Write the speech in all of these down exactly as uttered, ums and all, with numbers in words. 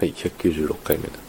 はい、ひゃくきゅうじゅうろっかいめです。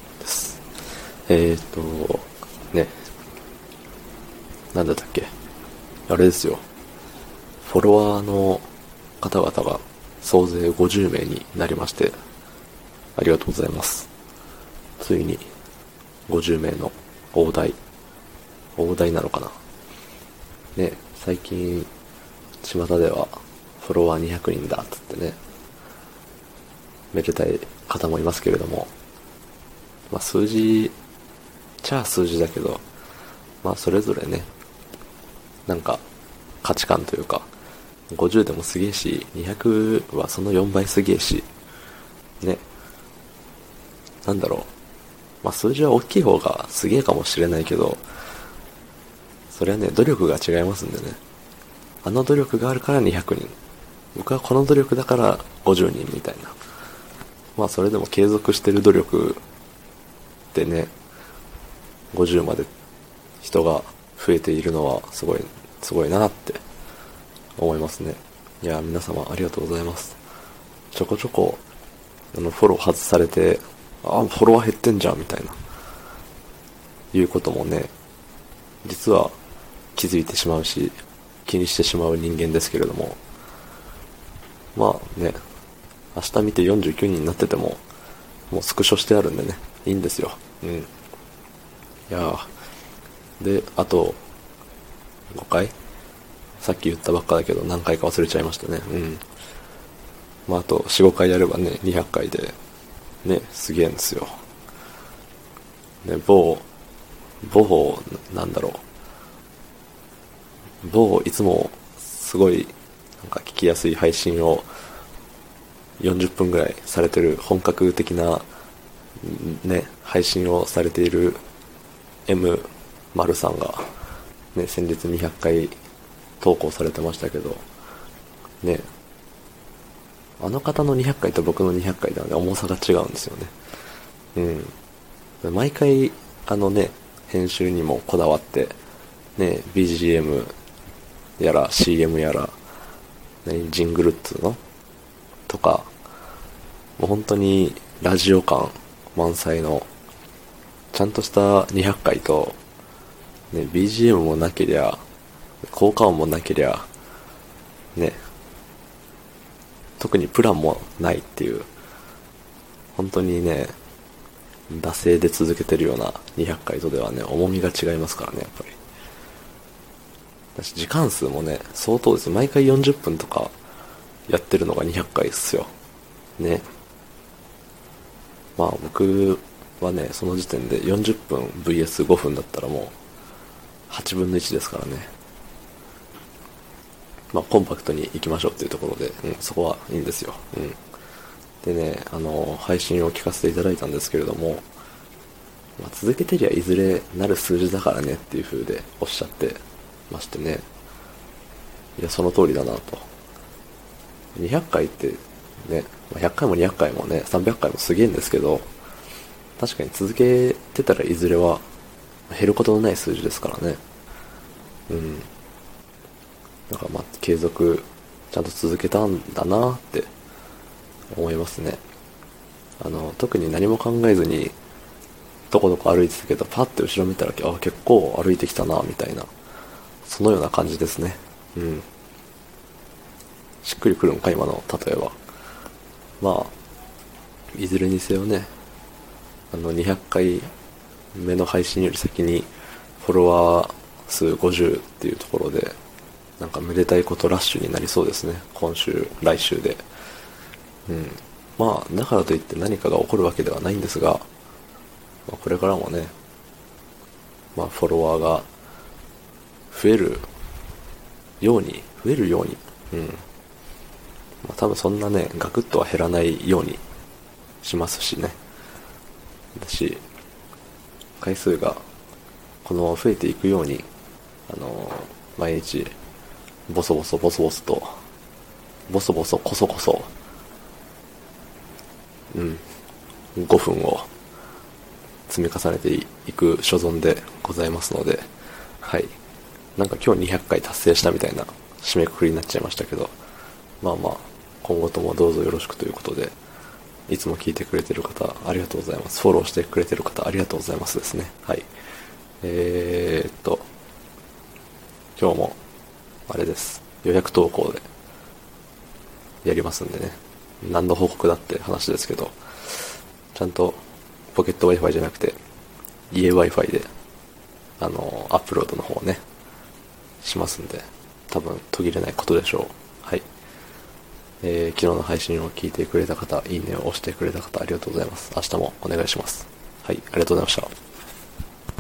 えーと、ね、なんだったっけ、あれですよ。フォロワーの方々が総勢ごじゅうめいになりまして、ありがとうございます。ついにごじゅうめいの大台、大台なのかな。ね、最近、巷ではフォロワーにひゃくにんだっつってね、めでたい方もいますけれども、まあ数字、ちゃあ数字だけど、まあそれぞれね、なんか価値観というか、ごじゅうでもすげえし、にひゃくはそのよんばいすげえし、ね、なんだろう、まあ数字は大きい方がすげえかもしれないけど、それはね、努力が違いますんでね、あの努力があるからにひゃくにん、僕はこの努力だからごじゅうにんみたいな。まあそれでも継続してる努力でね、ごじゅうまで人が増えているのはすごい、すごいなって思いますね。いや、皆様ありがとうございます。ちょこちょこ、あの、フォロー外されて、あ、フォロワー減ってんじゃんみたいな、いうこともね、実は気づいてしまうし、気にしてしまう人間ですけれども、まあね、明日見てよんじゅうきゅうにんになってても、もうスクショしてあるんでね、いいんですよ。うん。いやー、で、あと、ごかいさっき言ったばっかだけど何回か忘れちゃいましたね。うん。まああとよん、ごかいやればね、にひゃっかいで、ね、すげえんですよ。ね、某、某、なんだろう。某、いつも、すごい、なんか聞きやすい配信を、よんじゅっぷんぐらいされてる本格的なね配信をされている M 丸さんがね先日にひゃっかい投稿されてましたけどね、あの方のにひゃっかいと僕のにひゃっかいではね重さが違うんですよね。うん、毎回あのね編集にもこだわってね ビージーエム やら シーエム やら、ね、ジングルっつうのとかもう本当にラジオ感満載のちゃんとしたにひゃっかいと、ね、ビージーエム もなけりゃ効果音もなけりゃね特にプランもないっていう本当にね惰性で続けてるようなにひゃっかいとではね重みが違いますからね。やっぱり私時間数もね相当です。毎回よんじゅっぷんとかやってるのがにひゃっかいっすよね。まあ僕はねその時点でよんじゅっぷん ブイエスご 分だったらもうはちぶんのいちですからね。まあコンパクトに行きましょうっていうところで、うん、そこはいいんですよ。うん。でね、あの配信を聞かせていただいたんですけれども、まあ、続けてりゃいずれなる数字だからねっていう風でおっしゃってましてね。いやその通りだなと。にひゃっかいってね、ひゃっかいもにひゃっかいもねさんびゃっかいもすげえんですけど、確かに続けてたらいずれは減ることのない数字ですからね。うん。だからまあ継続ちゃんと続けたんだなって思いますね。あの特に何も考えずにどこどこ歩いてたけどパッて後ろ見たらあ結構歩いてきたなみたいなそのような感じですね。うん。しっくりくるんか今の例えば。まあいずれにせよね、あのにひゃっかいめの配信より先にフォロワー数ごじゅうっていうところでなんかめでたいことラッシュになりそうですね。今週来週で。うん。まあだからといって何かが起こるわけではないんですが、まあ、これからもね、まあフォロワーが増えるように増えるように、うん。まあ多分そんなねガクッとは減らないようにしますしね。だし回数がこのまま増えていくように、あのー、毎日ボソボソボソボソとボソボソコソコソうんごふんを積み重ねていく所存でございますので、はい。なんか今日にひゃっかい達成したみたいな締めくくりになっちゃいましたけど、まあまあ今後ともどうぞよろしくということで、 いつも聞いてくれてる方、ありがとうございます。フォローしてくれてる方、ありがとうございますですね。はい。えー、っと、今日も、あれです。予約投稿で、やりますんでね。何の報告だって話ですけど、ちゃんと、ポケット Wi-Fi じゃなくて、家 Wi-Fi で、あの、アップロードの方をね、しますんで、多分途切れないことでしょう。はい。えー、昨日の配信を聞いてくれた方、いいねを押してくれた方、ありがとうございます。明日もお願いします。はい、ありがとうございました。